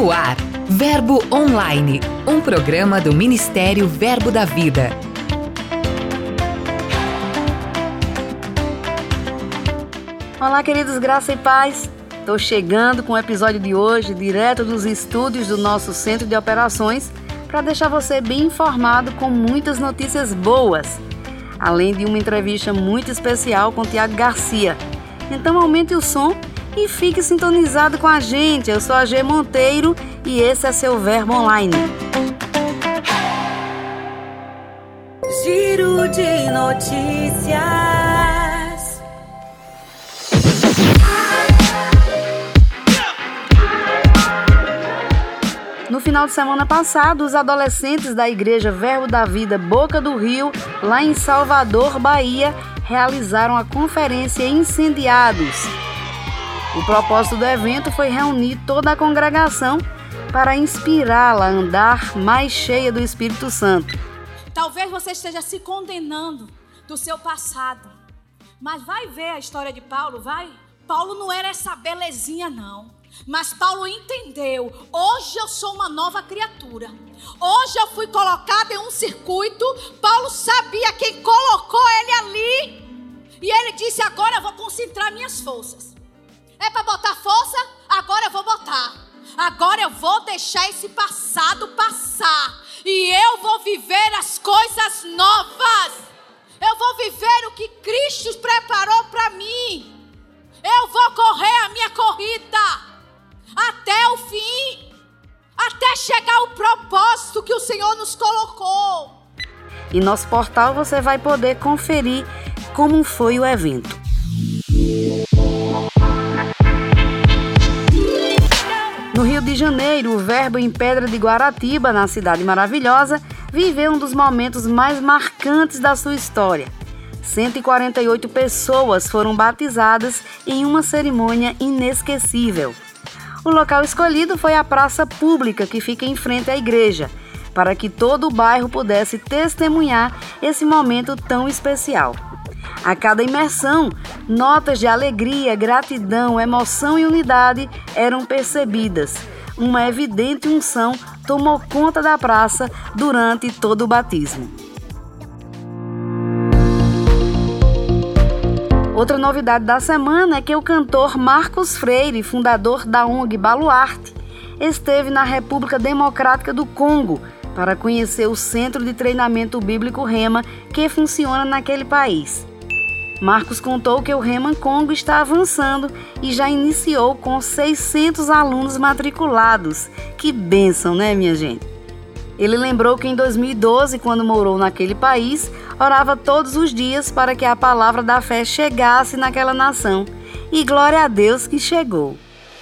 No ar, Verbo Online, um programa do Ministério Verbo da Vida. Olá, queridos, graça e paz. Estou chegando com o episódio de hoje, direto dos estúdios do nosso Centro de Operações, para deixar você bem informado com muitas notícias boas, além de uma entrevista muito especial com Tiago Garcia. Então aumente o som e fique sintonizado com a gente. Eu sou a G Monteiro e esse é seu Verbo Online. Giro de notícias. No final de semana passado, os adolescentes da Igreja Verbo da Vida Boca do Rio, lá em Salvador, Bahia, realizaram a conferência Incendiados. O propósito do evento foi reunir toda a congregação para inspirá-la a andar mais cheia do Espírito Santo. Talvez você esteja se condenando do seu passado, mas vai ver a história de Paulo, vai? Paulo não era essa belezinha, não. Mas Paulo entendeu, hoje eu sou uma nova criatura. Hoje eu fui colocado em um circuito. Paulo sabia quem colocou ele ali. E ele disse, agora eu vou concentrar minhas forças. É para botar força? Agora eu vou botar. Agora eu vou deixar esse passado passar. E eu vou viver as coisas novas. Eu vou viver o que Cristo preparou para mim. Eu vou correr a minha corrida até o fim, até chegar ao propósito que o Senhor nos colocou. Em nosso portal você vai poder conferir como foi o evento. No Rio de Janeiro, o Verbo em Pedra de Guaratiba, na Cidade Maravilhosa, viveu um dos momentos mais marcantes da sua história. 148 pessoas foram batizadas em uma cerimônia inesquecível. O local escolhido foi a praça pública que fica em frente à igreja, para que todo o bairro pudesse testemunhar esse momento tão especial. A cada imersão, notas de alegria, gratidão, emoção e unidade eram percebidas. Uma evidente unção tomou conta da praça durante todo o batismo. Outra novidade da semana é que o cantor Marcos Freire, fundador da ONG Baluarte, esteve na República Democrática do Congo para conhecer o Centro de Treinamento Bíblico Rema que funciona naquele país. Marcos contou que o Rema Congo está avançando e já iniciou com 600 alunos matriculados. Que bênção, né, minha gente? Ele lembrou que em 2012, quando morou naquele país, orava todos os dias para que a palavra da fé chegasse naquela nação. E glória a Deus que chegou.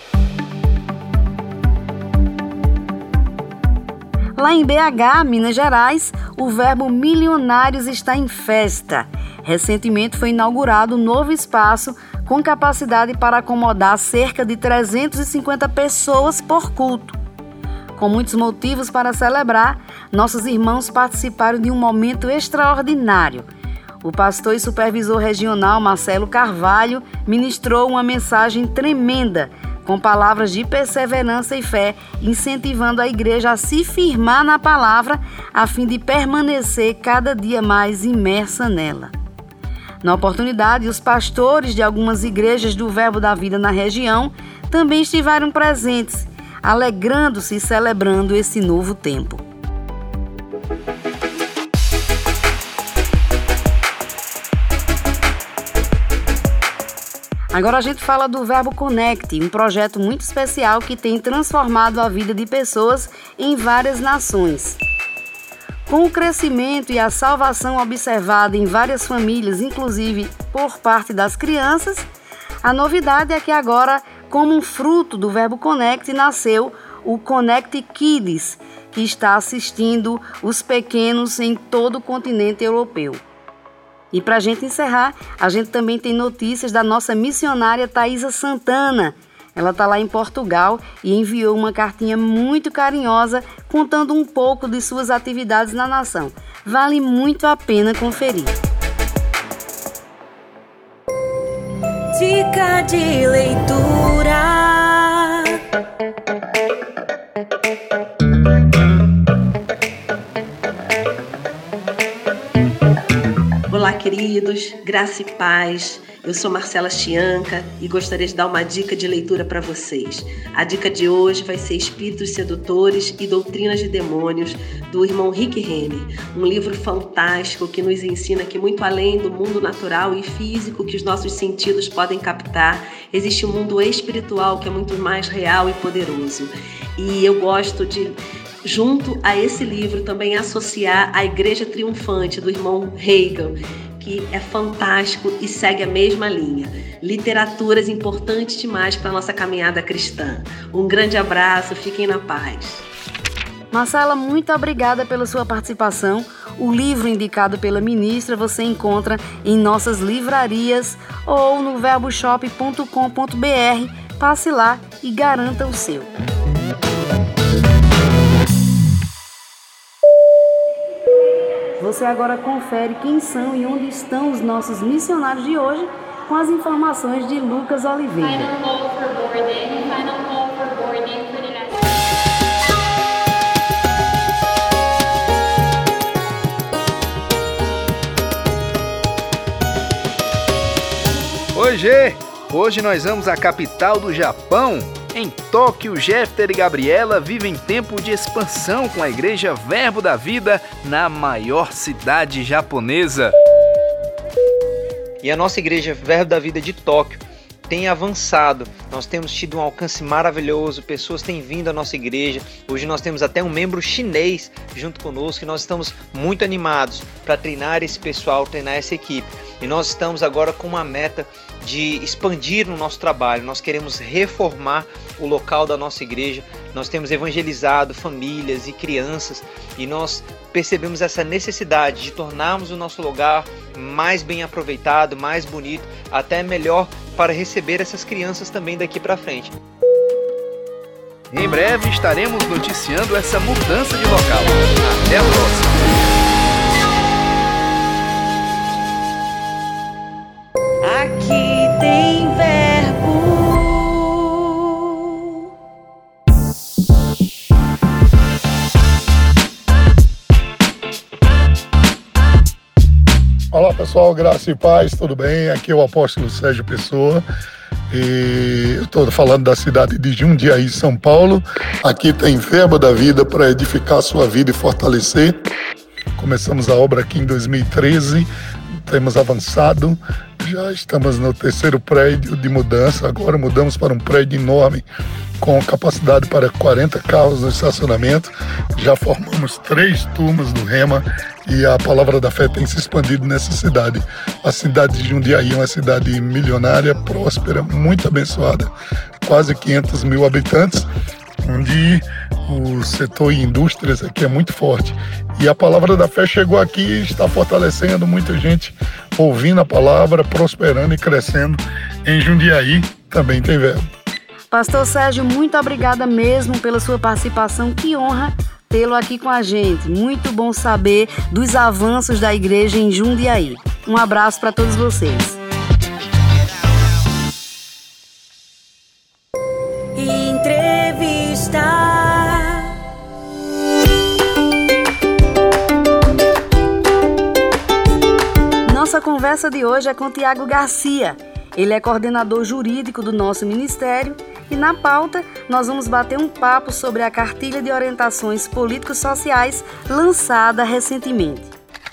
Lá em BH, Minas Gerais, o Verbo Milionários está em festa. Recentemente foi inaugurado um novo espaço com capacidade para acomodar cerca de 350 pessoas por culto. Com muitos motivos para celebrar, nossos irmãos participaram de um momento extraordinário. O pastor e supervisor regional Marcelo Carvalho ministrou uma mensagem tremenda, com palavras de perseverança e fé, incentivando a igreja a se firmar na palavra, a fim de permanecer cada dia mais imersa nela. Na oportunidade, os pastores de algumas igrejas do Verbo da Vida na região também estiveram presentes, alegrando-se e celebrando esse novo tempo. Agora a gente fala do Verbo Connect, um projeto muito especial que tem transformado a vida de pessoas em várias nações. Com o crescimento e a salvação observada em várias famílias, inclusive por parte das crianças, a novidade é que agora, como um fruto do Verbo Connect, nasceu o Connect Kids, que está assistindo os pequenos em todo o continente europeu. E para a gente encerrar, a gente também tem notícias da nossa missionária Thaisa Santana. Ela está lá em Portugal e enviou uma cartinha muito carinhosa contando um pouco de suas atividades na nação. Vale muito a pena conferir. Dica de leitura. queridos, graça e paz. Eu sou Marcela Chianca e gostaria de dar uma dica de leitura para vocês. A dica de hoje vai ser Espíritos Sedutores e Doutrinas de Demônios, do irmão Rick Renner. Um livro fantástico que nos ensina que muito além do mundo natural e físico que os nossos sentidos podem captar, existe um mundo espiritual que é muito mais real e poderoso. E eu gosto de, junto a esse livro, também associar a Igreja Triunfante, do irmão Reagan, que é fantástico e segue a mesma linha. Literaturas importantes demais para a nossa caminhada cristã. Um grande abraço, fiquem na paz. Marcela, muito obrigada pela sua participação. O livro indicado pela ministra você encontra em nossas livrarias ou no verboshop.com.br. Passe lá e garanta o seu. Você agora confere quem são e onde estão os nossos missionários de hoje com as informações de Lucas Oliveira. Hoje nós vamos à capital do Japão. Em Tóquio, Jefter e Gabriela vivem tempo de expansão com a Igreja Verbo da Vida na maior cidade japonesa. E a nossa Igreja Verbo da Vida de Tóquio tem avançado, nós temos tido um alcance maravilhoso, pessoas têm vindo à nossa igreja, hoje nós temos até um membro chinês junto conosco e nós estamos muito animados para treinar esse pessoal, treinar essa equipe. E nós estamos agora com uma meta de expandir no nosso trabalho, nós queremos reformar o local da nossa igreja, nós temos evangelizado famílias e crianças e nós percebemos essa necessidade de tornarmos o nosso lugar mais bem aproveitado, mais bonito, até melhor para receber essas crianças também daqui para frente. Em breve estaremos noticiando essa mudança de local. Até a próxima! Aqui tem verbo. Olá pessoal, graça e paz, tudo bem? Aqui é o apóstolo Sérgio Pessoa e eu estou falando da cidade de Jundiaí, São Paulo. Aqui tem Verbo da Vida para edificar a sua vida e fortalecer. Começamos a obra aqui em 2013, temos avançado, já estamos no 3º prédio de mudança, agora mudamos para um prédio enorme com capacidade para 40 carros no estacionamento. Já formamos 3 turmas do Rema e a Palavra da Fé tem se expandido nessa cidade. A cidade de Jundiaí é uma cidade milionária, próspera, muito abençoada, quase 500 mil habitantes, onde o setor e indústrias aqui é muito forte. E a Palavra da Fé chegou aqui e está fortalecendo muita gente, ouvindo a palavra, prosperando e crescendo. Em Jundiaí também tem verbo. Pastor Sérgio, muito obrigada mesmo pela sua participação. Que honra tê-lo aqui com a gente. Muito bom saber dos avanços da igreja em Jundiaí. Um abraço para todos vocês. Entrevista. Nossa conversa de hoje é com Tiago Garcia. Ele é coordenador jurídico do nosso ministério e na pauta nós vamos bater um papo sobre a cartilha de orientações políticos-sociais lançada recentemente.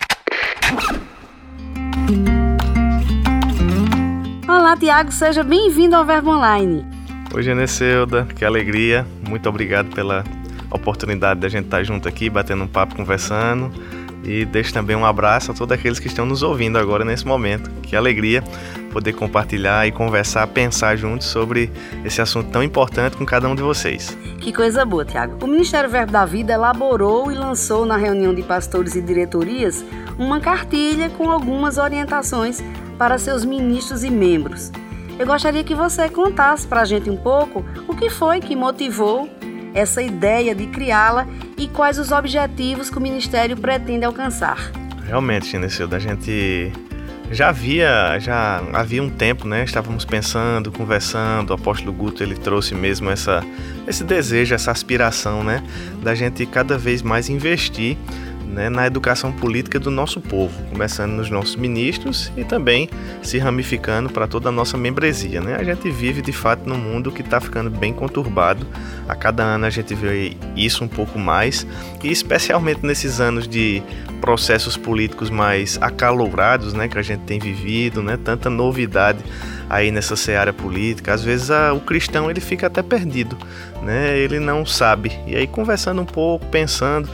Olá, Tiago, seja bem-vindo ao Verbo Online. Oi, Geneceuda, que alegria. Muito obrigado pela oportunidade da gente estar junto aqui, batendo um papo, conversando. E deixo também um abraço a todos aqueles que estão nos ouvindo agora nesse momento. Que alegria poder compartilhar e conversar, pensar juntos sobre esse assunto tão importante com cada um de vocês. Que coisa boa, Tiago. O Ministério Verbo da Vida elaborou e lançou na reunião de pastores e diretorias uma cartilha com algumas orientações para seus ministros e membros. Eu gostaria que você contasse para a gente um pouco o que foi que motivou essa ideia de criá-la e quais os objetivos que o Ministério pretende alcançar. Realmente, Geneceuda, a gente já havia um tempo, né? Estávamos pensando, conversando, o apóstolo Guto ele trouxe mesmo esse desejo, essa aspiração, né? Da gente cada vez mais investir né, na educação política do nosso povo, começando nos nossos ministros e também se ramificando para toda a nossa membresia, né? A gente vive de fato num mundo que está ficando bem conturbado. A cada ano a gente vê isso um pouco mais, e especialmente nesses anos de processos políticos mais acalorados, né, que a gente tem vivido, né, tanta novidade aí nessa seara política. Às vezes o cristão ele fica até perdido, né? Ele não sabe. E aí, conversando um pouco, pensando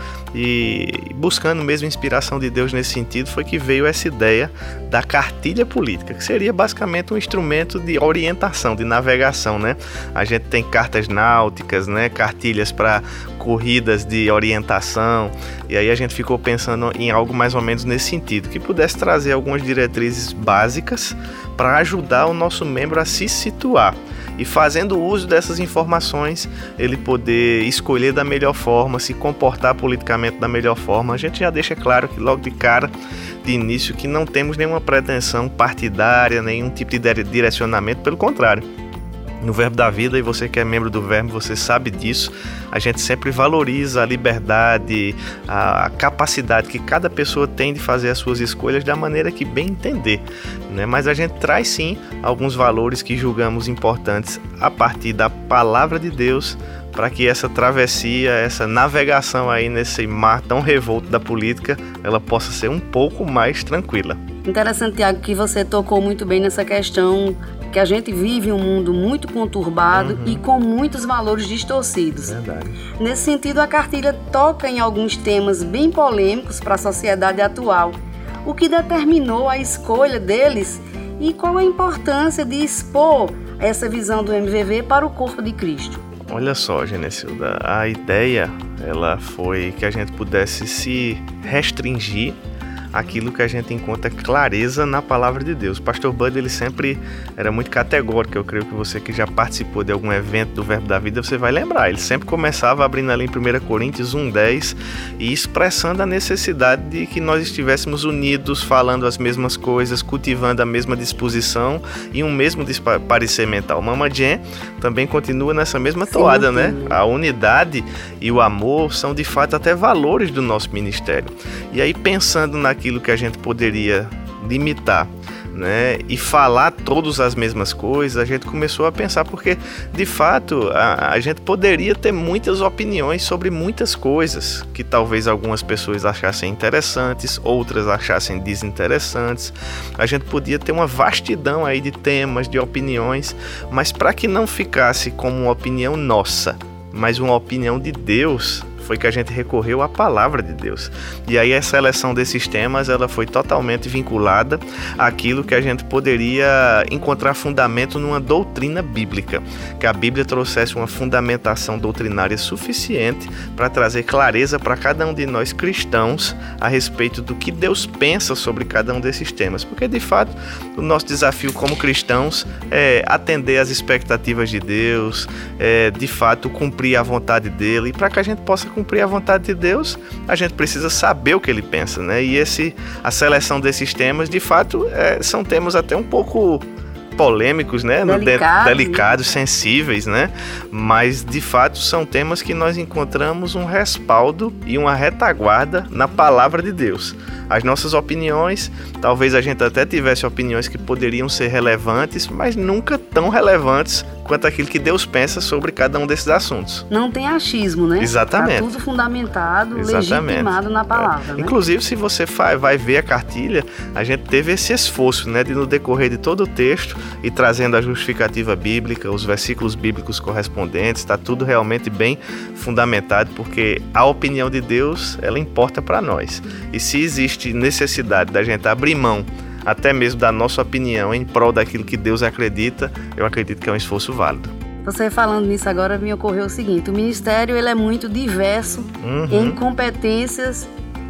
e buscando mesmo inspiração de Deus nesse sentido, foi que veio essa ideia da cartilha política, que seria basicamente um instrumento de orientação, de navegação, né? A gente tem cartas náuticas, né? Cartilhas para corridas de orientação, e aí a gente ficou pensando em algo mais ou menos nesse sentido, que pudesse trazer algumas diretrizes básicas para ajudar o nosso membro a se situar e, fazendo uso dessas informações, ele poder escolher da melhor forma, se comportar politicamente da melhor forma. A gente já deixa claro que logo de cara, de início, que não temos nenhuma pretensão partidária, nenhum tipo de direcionamento, pelo contrário. No Verbo da Vida, e você que é membro do Verbo, você sabe disso, a gente sempre valoriza a liberdade, a capacidade que cada pessoa tem de fazer as suas escolhas da maneira que bem entender, né? Mas a gente traz sim alguns valores que julgamos importantes a partir da Palavra de Deus, para que essa travessia, essa navegação aí nesse mar tão revolto da política, ela possa ser um pouco mais tranquila. Interessante, Tiago, que você tocou muito bem nessa questão que a gente vive um mundo muito conturbado e com muitos valores distorcidos. Verdade. Nesse sentido, a cartilha toca em alguns temas bem polêmicos para a sociedade atual. O que determinou a escolha deles e qual a importância de expor essa visão do MVV para o corpo de Cristo? Olha só, Genecilda, a ideia ela foi que a gente pudesse se restringir aquilo que a gente encontra clareza na Palavra de Deus. O pastor Bud, ele sempre era muito categórico. Eu creio que você que já participou de algum evento do Verbo da Vida, você vai lembrar. Ele sempre começava abrindo ali em 1 Coríntios 1:10 e expressando a necessidade de que nós estivéssemos unidos, falando as mesmas coisas, cultivando a mesma disposição e um mesmo parecer mental. Mama Jen também continua nessa mesma toada, né? A unidade e o amor são de fato até valores do nosso ministério. E aí, pensando naquilo que a gente poderia limitar, né, e falar todas as mesmas coisas, a gente começou a pensar, porque de fato a gente poderia ter muitas opiniões sobre muitas coisas que talvez algumas pessoas achassem interessantes, outras achassem desinteressantes. A gente podia ter uma vastidão aí de temas, de opiniões, mas para que não ficasse como uma opinião nossa, mas uma opinião de Deus, foi que a gente recorreu à Palavra de Deus. E aí a seleção desses temas, ela foi totalmente vinculada àquilo que a gente poderia encontrar fundamento numa doutrina bíblica, que a Bíblia trouxesse uma fundamentação doutrinária suficiente para trazer clareza para cada um de nós cristãos a respeito do que Deus pensa sobre cada um desses temas, porque de fato o nosso desafio como cristãos é atender às expectativas de Deus, de fato cumprir a vontade dele, e para que a gente possa cumprir a vontade de Deus, a gente precisa saber o que ele pensa, né? E a seleção desses temas, de fato, são temas até um pouco polêmicos, né? Delicados, sensíveis, né? Mas de fato são temas que nós encontramos um respaldo e uma retaguarda na Palavra de Deus. As nossas opiniões, talvez a gente até tivesse opiniões que poderiam ser relevantes, mas nunca tão relevantes quanto aquilo que Deus pensa sobre cada um desses assuntos. Não tem achismo, né? Exatamente. Está tudo fundamentado, legitimado na palavra. Né? Inclusive, se você vai ver a cartilha, a gente teve esse esforço, né, de no decorrer de todo o texto e trazendo a justificativa bíblica, os versículos bíblicos correspondentes, está tudo realmente bem fundamentado, porque a opinião de Deus, ela importa para nós. E se existe necessidade da gente abrir mão até mesmo da nossa opinião em prol daquilo que Deus acredita, eu acredito que é um esforço válido. Você falando nisso agora, me ocorreu o seguinte: o ministério ele é muito diverso em competências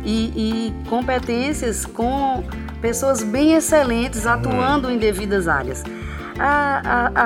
e competências com pessoas bem excelentes atuando em devidas áreas. A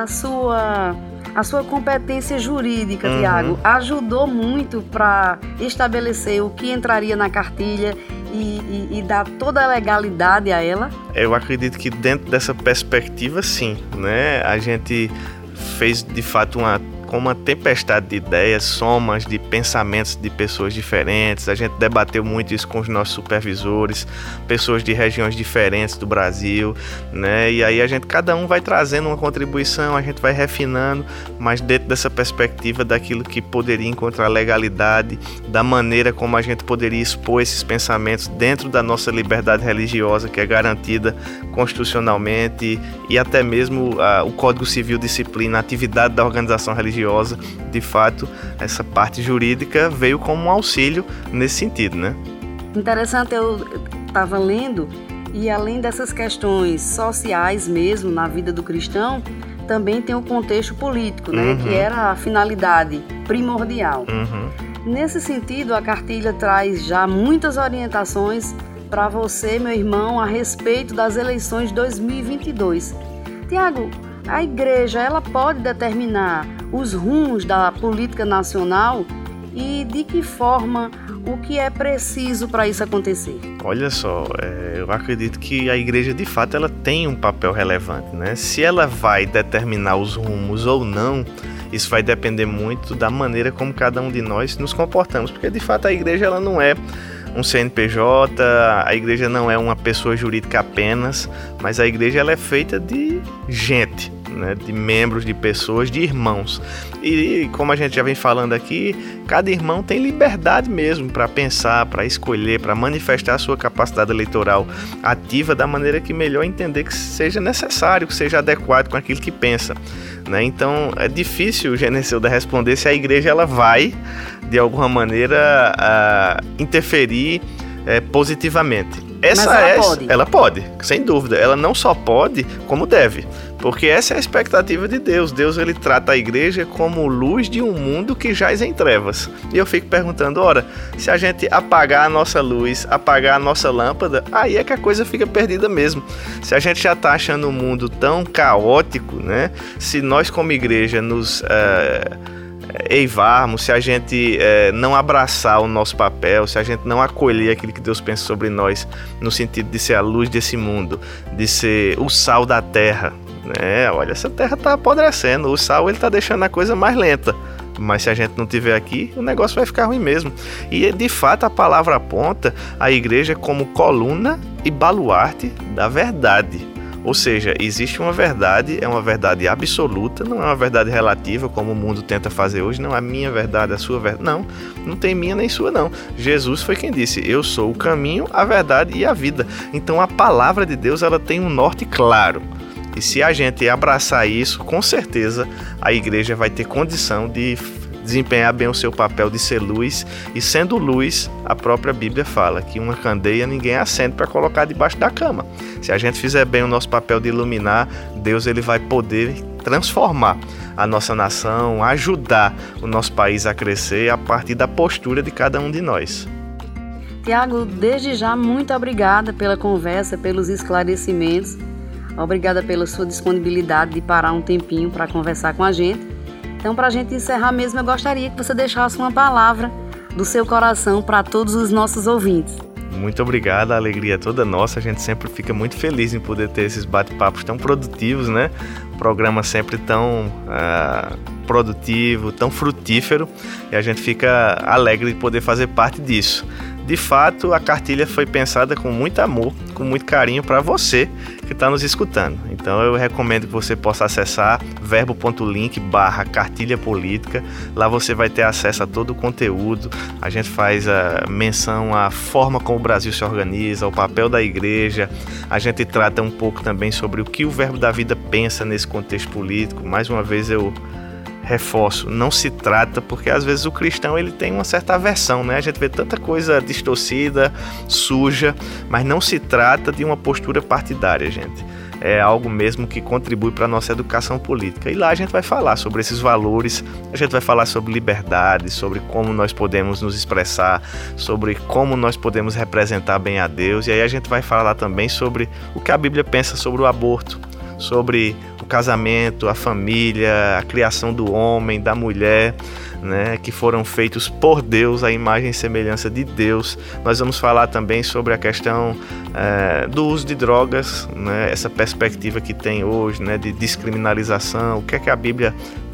sua competência jurídica, Tiago, ajudou muito para estabelecer o que entraria na cartilha e dar toda a legalidade a ela? Eu acredito que dentro dessa perspectiva, sim, né? A gente fez de fato uma com uma tempestade de ideias, somas de pensamentos de pessoas diferentes. A gente debateu muito isso com os nossos supervisores, pessoas de regiões diferentes do Brasil, né? E aí cada um vai trazendo uma contribuição, a gente vai refinando, mas dentro dessa perspectiva daquilo que poderia encontrar legalidade, da maneira como a gente poderia expor esses pensamentos dentro da nossa liberdade religiosa, que é garantida constitucionalmente, e até mesmo o Código Civil disciplina a atividade da organização religiosa. De fato, essa parte jurídica veio como um auxílio nesse sentido, né? Interessante, eu estava lendo, e além dessas questões sociais mesmo na vida do cristão, também tem o contexto político, né? Que era a finalidade primordial. Nesse sentido, a cartilha traz já muitas orientações para você, meu irmão, a respeito das eleições de 2022. Tiago, a igreja ela pode determinar os rumos da política nacional e de que forma, o que é preciso para isso acontecer? Olha só, eu acredito que a igreja de fato ela tem um papel relevante, né? Se ela vai determinar os rumos ou não, isso vai depender muito da maneira como cada um de nós nos comportamos, porque de fato a igreja ela não é um CNPJ, a igreja não é uma pessoa jurídica apenas, mas a igreja ela é feita de gente, né, de membros, de pessoas, de irmãos. E como a gente já vem falando aqui, cada irmão tem liberdade mesmo para pensar, para escolher, para manifestar a sua capacidade eleitoral ativa da maneira que melhor entender que seja necessário, que seja adequado com aquilo que pensa, né? Então é difícil, Genecilda, responder se a igreja ela vai de alguma maneira interferir positivamente. Ela pode, sem dúvida. Ela não só pode, como deve. Porque essa é a expectativa de Deus. Deus ele trata a igreja como luz de um mundo que jaz em trevas. E eu fico perguntando, se a gente apagar a nossa luz, apagar a nossa lâmpada, aí é que a coisa fica perdida mesmo. Se a gente já está achando o mundo tão caótico, né? Se nós como igreja nos eivarmos, se a gente não abraçar o nosso papel, se a gente não acolher aquilo que Deus pensa sobre nós, no sentido de ser a luz desse mundo, de ser o sal da terra, né? Olha, essa terra está apodrecendo, o sal ele está deixando a coisa mais lenta, mas se a gente não tiver aqui, o negócio vai ficar ruim mesmo. E de fato a palavra aponta a igreja como coluna e baluarte da verdade. Ou seja, existe uma verdade, é uma verdade absoluta, não é uma verdade relativa, como o mundo tenta fazer hoje. Não, a minha verdade, a sua verdade. Não tem minha nem sua, não. Jesus foi quem disse, eu sou o caminho, a verdade e a vida. Então a palavra de Deus ela tem um norte claro. E se a gente abraçar isso, com certeza a igreja vai ter condição de desempenhar bem o seu papel de ser luz. E sendo luz, a própria Bíblia fala que uma candeia ninguém acende para colocar debaixo da cama. Se a gente fizer bem o nosso papel de iluminar, Deus ele vai poder transformar a nossa nação, ajudar o nosso país a crescer a partir da postura de cada um de nós. Tiago, desde já, muito obrigada pela conversa, pelos esclarecimentos. Obrigada pela sua disponibilidade de parar um tempinho para conversar com a gente. Então, para a gente encerrar mesmo, eu gostaria que você deixasse uma palavra do seu coração para todos os nossos ouvintes. Muito obrigado, a alegria é toda nossa. A gente sempre fica muito feliz em poder ter esses bate-papos tão produtivos, né? O programa sempre tão produtivo, tão frutífero, e a gente fica alegre de poder fazer parte disso. De fato, a cartilha foi pensada com muito amor, com muito carinho para você que está nos escutando. Então eu recomendo que você possa acessar verbo.link/cartilha política. Lá você vai ter acesso a todo o conteúdo. A gente faz a menção à forma como o Brasil se organiza, o papel da igreja. A gente trata um pouco também sobre o que o Verbo da Vida pensa nesse contexto político. Mais uma vez eu reforço, não se trata, porque às vezes o cristão ele tem uma certa aversão, né? A gente vê tanta coisa distorcida, suja, mas não se trata de uma postura partidária, gente. É algo mesmo que contribui para a nossa educação política. E lá a gente vai falar sobre esses valores, a gente vai falar sobre liberdade, sobre como nós podemos nos expressar, sobre como nós podemos representar bem a Deus. E aí a gente vai falar também sobre o que a Bíblia pensa sobre o aborto, sobre o casamento, a família, a criação do homem, da mulher, né, que foram feitos por Deus, a imagem e semelhança de Deus. Nós vamos falar também sobre a questão do uso de drogas, né, essa perspectiva que tem hoje, né, de descriminalização, o que é que a Bíblia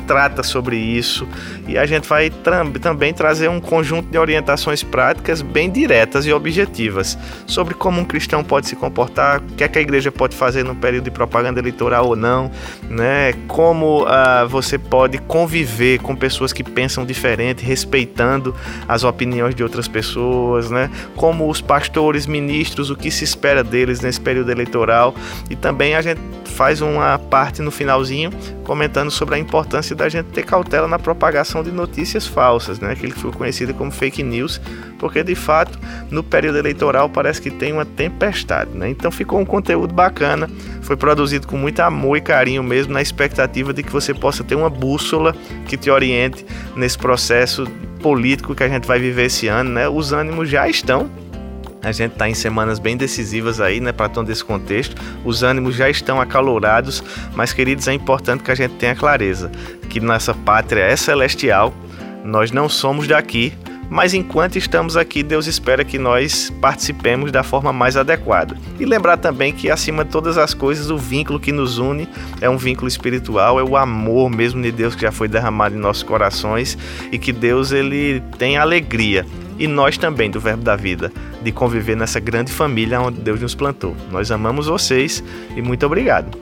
trata sobre isso, e a gente vai também trazer um conjunto de orientações práticas bem diretas e objetivas sobre como um cristão pode se comportar, o que é que a igreja pode fazer no período de propaganda eleitoral ou não, né? Como você pode conviver com pessoas que pensam diferente, respeitando as opiniões de outras pessoas, né? Como os pastores, ministros, o que se espera deles nesse período eleitoral, e também a gente faz uma parte no finalzinho comentando sobre a importância da gente ter cautela na propagação de notícias falsas, né? Aquilo que foi conhecido como fake news, porque de fato no período eleitoral parece que tem uma tempestade, né? Então ficou um conteúdo bacana, foi produzido com muito amor e carinho mesmo, na expectativa de que você possa ter uma bússola que te oriente nesse processo político que a gente vai viver esse ano, né? Os ânimos já estão. A gente está em semanas bem decisivas aí, né, para todo esse contexto. Os ânimos já estão acalorados, mas, queridos, é importante que a gente tenha clareza que nossa pátria é celestial, nós não somos daqui, mas enquanto estamos aqui, Deus espera que nós participemos da forma mais adequada. E lembrar também que, acima de todas as coisas, o vínculo que nos une é um vínculo espiritual, é o amor mesmo de Deus que já foi derramado em nossos corações, e que Deus, ele tem alegria, e nós também, do Verbo da Vida, de conviver nessa grande família onde Deus nos plantou. Nós amamos vocês e muito obrigado.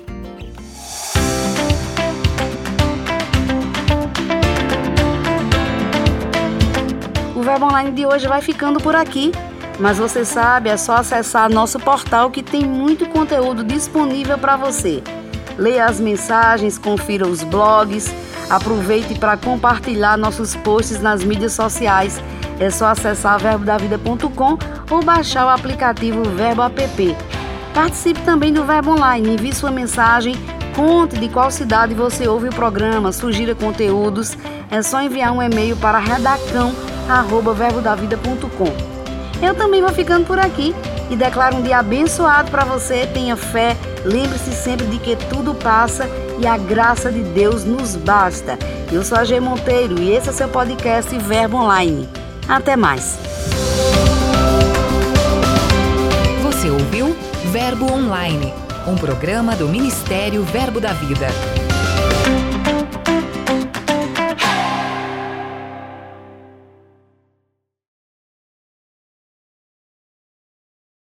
O Verbo Online de hoje vai ficando por aqui, mas você sabe, é só acessar nosso portal que tem muito conteúdo disponível para você. Leia as mensagens, confira os blogs, aproveite para compartilhar nossos posts nas mídias sociais. É só acessar verbodavida.com ou baixar o aplicativo Verbo App. Participe também do Verbo Online, envie sua mensagem, conte de qual cidade você ouve o programa, sugira conteúdos. É só enviar um e-mail para redacão@verbodavida.com. Eu também vou ficando por aqui e declaro um dia abençoado para você. Tenha fé, lembre-se sempre de que tudo passa e a graça de Deus nos basta. Eu sou a G Monteiro e esse é seu podcast Verbo Online. Até mais. Você ouviu Verbo Online, um programa do Ministério Verbo da Vida.